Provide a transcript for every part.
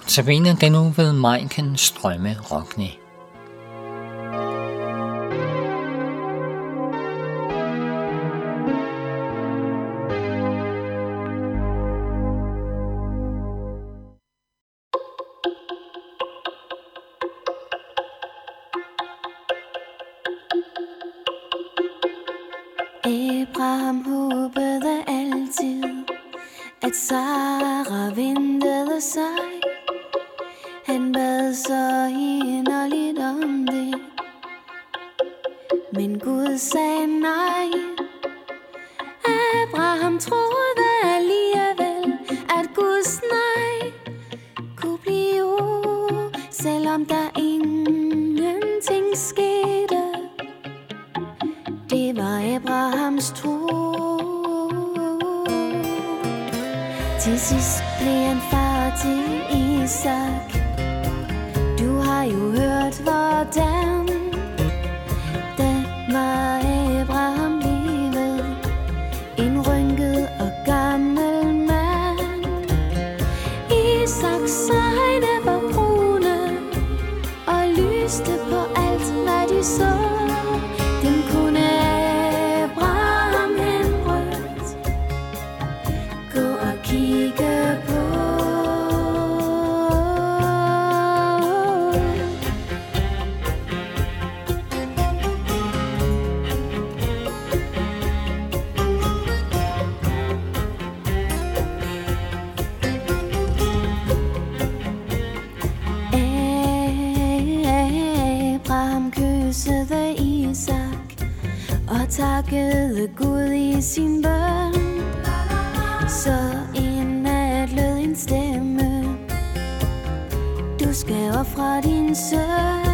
Notabene den nu ved Majken Strømme Rockne. Abraham håbede altid, at Sara ventede sig. Han bad så inderligt om det, men Gud sagde nej. Abraham troede alligevel, at Guds nej kunne blive jo, selvom der ingenting skete. Det var Abrahams tro. Til sidst blev han far til Isak. Du har jo hørt, hvordan det var Abraham livet. En rynket og gammel mand. Isaks øjne var brune og lyste på alt, hvad de så. Den kunne Abraham henrygt gå og kigge på. Abraham kyssede Isak og takkede Gud i sin bøn. Så en nat lød en stemme: du skal ofre din søn.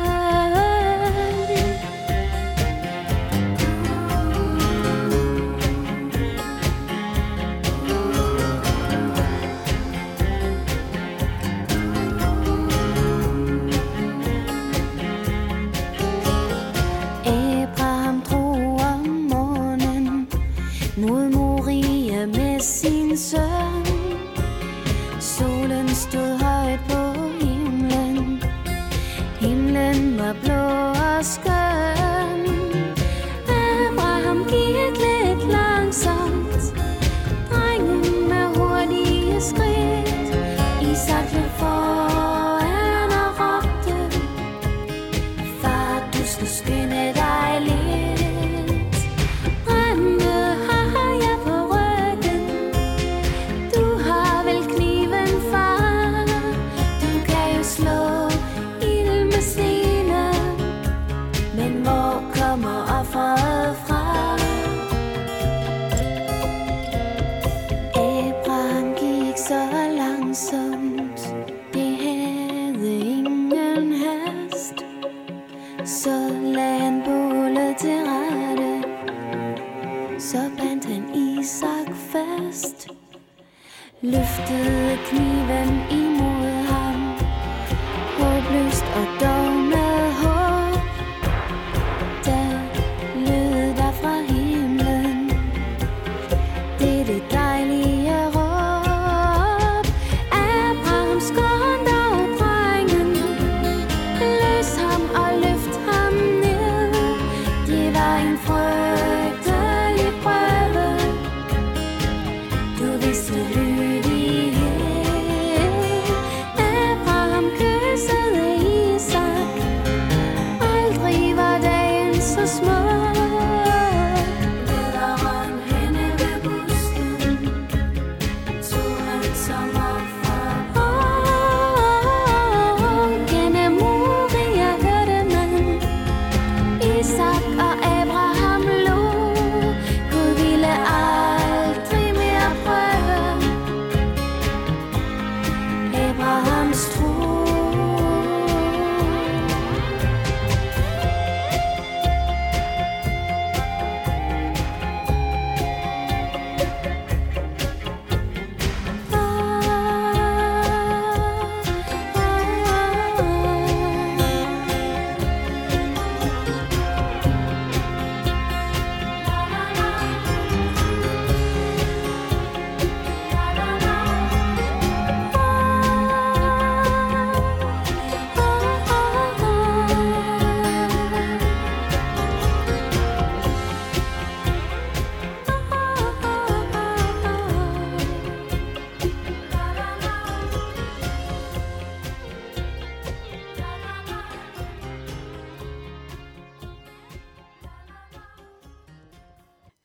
Abraham drog om morgenen mod Moria med sin søn. Solen stod højt på himlen. Himlen var blå og skøn. Abraham gik lidt langsomt, drengen med hurtige skridt. Isak løb foran og råbte: far, du skal skynde dig lidt. Brænde har jeg på ryggen. Du har vel kniven, far. Du kan jo slå ild med stenen, men hvor kommer offeret fra? Abraham gik så langsomt, det havde ingen hast. Så lagde han bålet til rette, så bandt han Isak fast. Løftede kniven imod ham, håbløst og dog med håb. Da lød der fra himlen dette dejlige råb: Abraham, skån dog drengen, løs ham og løft ham ned. Det var en frygtelig prøve, du viste lydighed. Abraham kyssede Isak, aldrig var dagen så smuk. Lederen henne ved busken tog han som offer. Gennem Moria hørte man Isak og Abraham lo. Gud ville aldrig mere prøve Abrahams tro.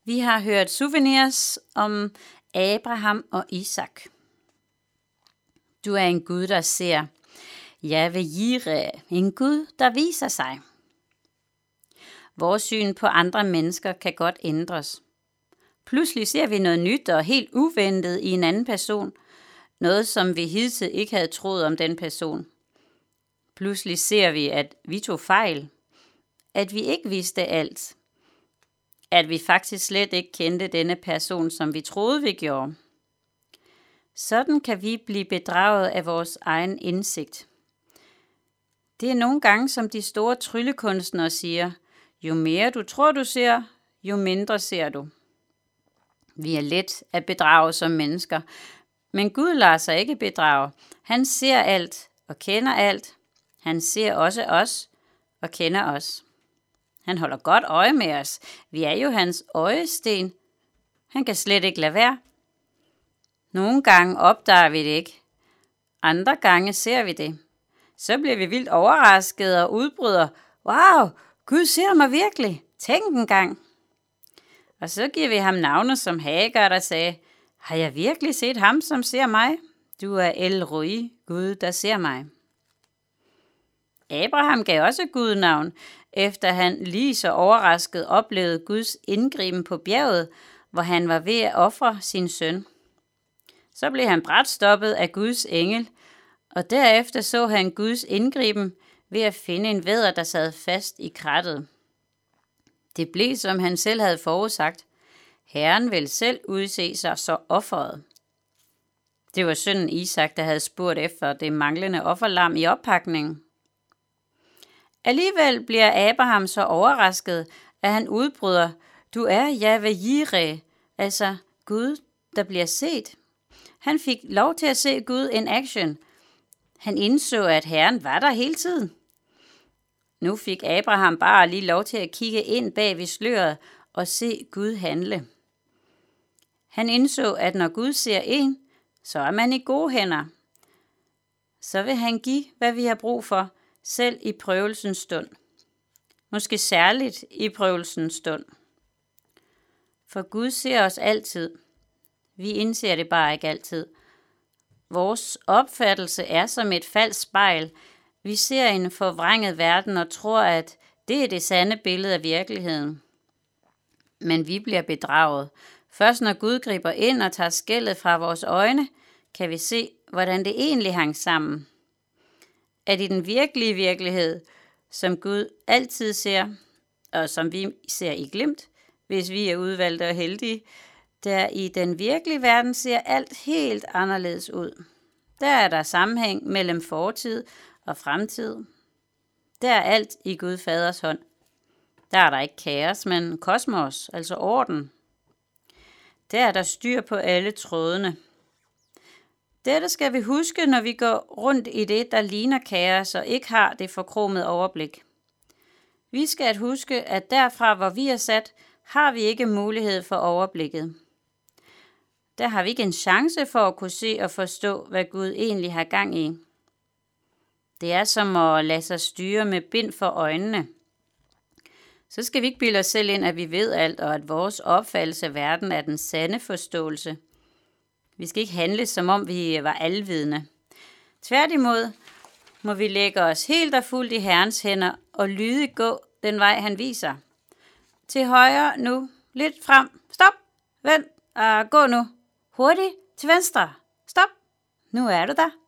Vi har hørt souvenirs om Abraham og Isak. Du er en Gud, der ser. Jahve Jireh, en Gud, der viser sig. Vores syn på andre mennesker kan godt ændres. Pludselig ser vi noget nyt og helt uventet i en anden person. Noget, som vi hidtil ikke havde troet om den person. Pludselig ser vi, at vi tog fejl. At vi ikke vidste alt. At vi faktisk slet ikke kendte denne person, som vi troede, vi gjorde. Sådan kan vi blive bedraget af vores egen indsigt. Det er nogle gange, som de store tryllekunstnere siger, jo mere du tror, du ser, jo mindre ser du. Vi er let at bedrage som mennesker, men Gud lader sig ikke bedrage. Han ser alt og kender alt. Han ser også os og kender os. Han holder godt øje med os. Vi er jo hans øjesten. Han kan slet ikke lade være. Nogle gange opdager vi det ikke. Andre gange ser vi det. Så bliver vi vildt overrasket og udbryder. Wow, Gud ser mig virkelig. Tænk en gang. Og så giver vi ham navne som Hagar, der sagde, har jeg virkelig set ham, som ser mig? Du er El Roi, Gud, der ser mig. Abraham gav også Gud navn, efter han lige så overrasket oplevede Guds indgriben på bjerget, hvor han var ved at ofre sin søn. Så blev han brat stoppet af Guds engel, og derefter så han Guds indgriben ved at finde en vædder, der sad fast i krattet. Det blev, som han selv havde forudsagt. Herren vil selv udse sig så offeret. Det var sønnen Isak, der havde spurgt efter det manglende offerlam i oppakningen. Alligevel bliver Abraham så overrasket, at han udbryder, du er Jahve Jireh, altså Gud, der bliver set. Han fik lov til at se Gud in action. Han indså, at Herren var der hele tiden. Nu fik Abraham bare lige lov til at kigge ind bag ved sløret og se Gud handle. Han indså, at når Gud ser en, så er man i gode hænder. Så vil han give, hvad vi har brug for, selv i prøvelsens stund. Måske særligt i prøvelsens stund. For Gud ser os altid. Vi indser det bare ikke altid. Vores opfattelse er som et falsk spejl. Vi ser en forvrænget verden og tror, at det er det sande billede af virkeligheden. Men vi bliver bedraget. Først når Gud griber ind og tager skældet fra vores øjne, kan vi se, hvordan det egentlig hang sammen. At i den virkelige virkelighed, som Gud altid ser, og som vi ser i glimt, hvis vi er udvalgte og heldige, der i den virkelige verden ser alt helt anderledes ud. Der er der sammenhæng mellem fortid og fremtid. Der er alt i Gud Faders hånd. Der er der ikke kaos, men kosmos, altså orden. Der er der styr på alle trådene. Dette skal vi huske, når vi går rundt i det, der ligner kaos og ikke har det forkromede overblik. Vi skal huske, at derfra, hvor vi er sat, har vi ikke mulighed for overblikket. Der har vi ikke en chance for at kunne se og forstå, hvad Gud egentlig har gang i. Det er som at lade sig styre med bind for øjnene. Så skal vi ikke bilde os selv ind, at vi ved alt, og at vores opfattelse af verden er den sande forståelse. Vi skal ikke handle, som om vi var alvidende. Tværtimod må vi lægge os helt og fuldt i Herrens hænder og lydigt gå den vej, han viser. Til højre nu, lidt frem, stop, vent, og gå nu. Hurtigt, til venstre, stop, nu er du der.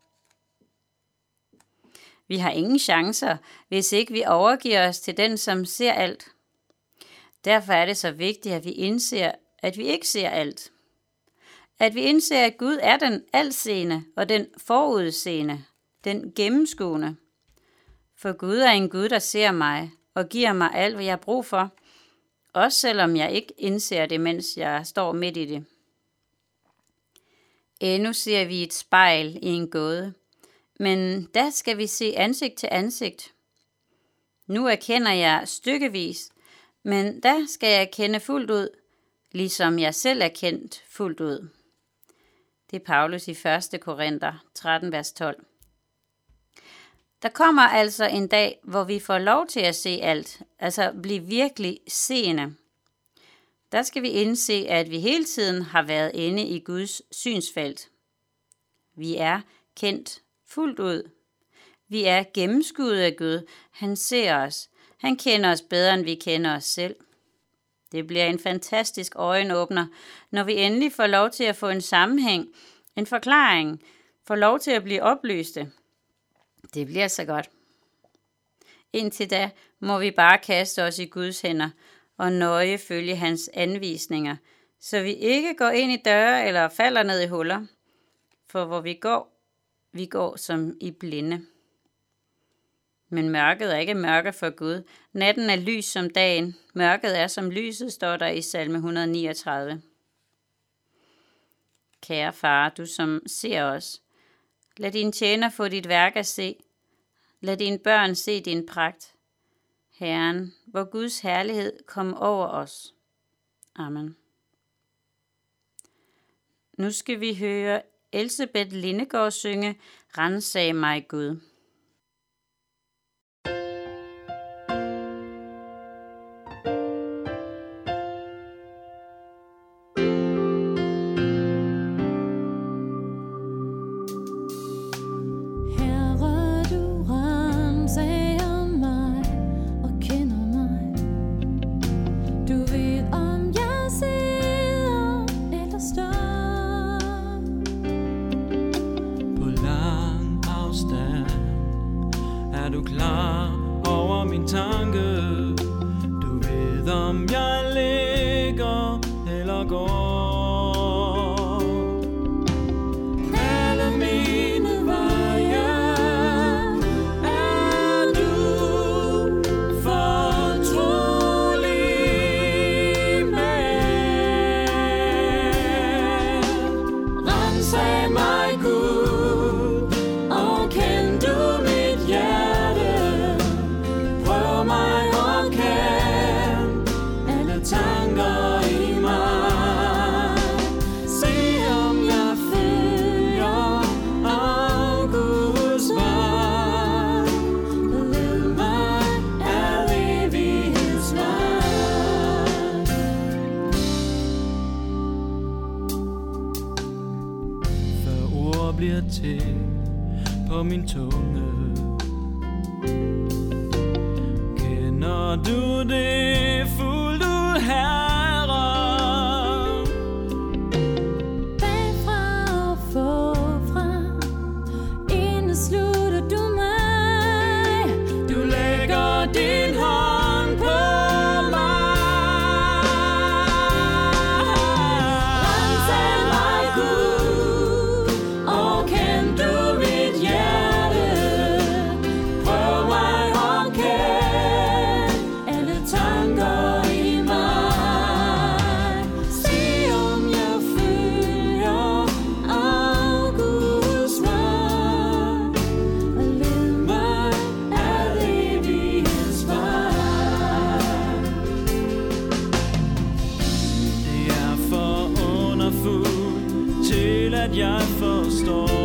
Vi har ingen chancer, hvis ikke vi overgiver os til den, som ser alt. Derfor er det så vigtigt, at vi indser, at vi ikke ser alt. At vi indser, at Gud er den altseende og den forudseende, den gennemskuende. For Gud er en Gud, der ser mig og giver mig alt, hvad jeg har brug for, også selvom jeg ikke indser det, mens jeg står midt i det. Endnu ser vi et spejl i en gåde, men der skal vi se ansigt til ansigt. Nu erkender jeg stykkevis, men der skal jeg erkende fuldt ud, ligesom jeg selv er kendt fuldt ud. Det er Paulus i 1. Korinther 13, vers 12. Der kommer altså en dag, hvor vi får lov til at se alt, altså blive virkelig seende. der skal vi indse, at vi hele tiden har været inde i Guds synsfelt. Vi er kendt fuldt ud. Vi er gennemskuet af Gud. Han ser os. Han kender os bedre, end vi kender os selv. Det bliver en fantastisk øjenåbner, når vi endelig får lov til at få en sammenhæng, en forklaring, får lov til at blive oplyste. Det bliver så godt. Indtil da må vi bare kaste os i Guds hænder og nøje følge hans anvisninger, så vi ikke går ind i døre eller falder ned i huller. For hvor vi går som i blinde. Men mørket er ikke mørke for Gud. Natten er lys som dagen. Mørket er som lyset, står der i salme 139. Kære far, du som ser os, lad din tjener få dit værk at se. Lad dine børn se din pragt. Herren, hvor Guds herlighed kom over os. Amen. Nu skal vi høre Elsebeth Lindegaard synge Ransag mig Gud. Du klar over min tanke? Du ved om jeg ligger eller går. Alle mine veje er du fortrolig med. Ransag mig Gud, og kend du mit hjerte. Tanker i mig. Se om jeg følger af Guds vej. Led mig af evighedsvej. Før ord bliver til på min tunge, kender du det fuldt ud, Herre? Bagfra og forfra indeslutter du mig. Du lægger din hånd på mig. Ransag mig Gud, og kend du mit hjerte. Prøv mig og kend alle tanker i mig. Se om jeg følger af Guds vej, og led mig af evighedsvej. Det er for underfuldt til at jeg forstår.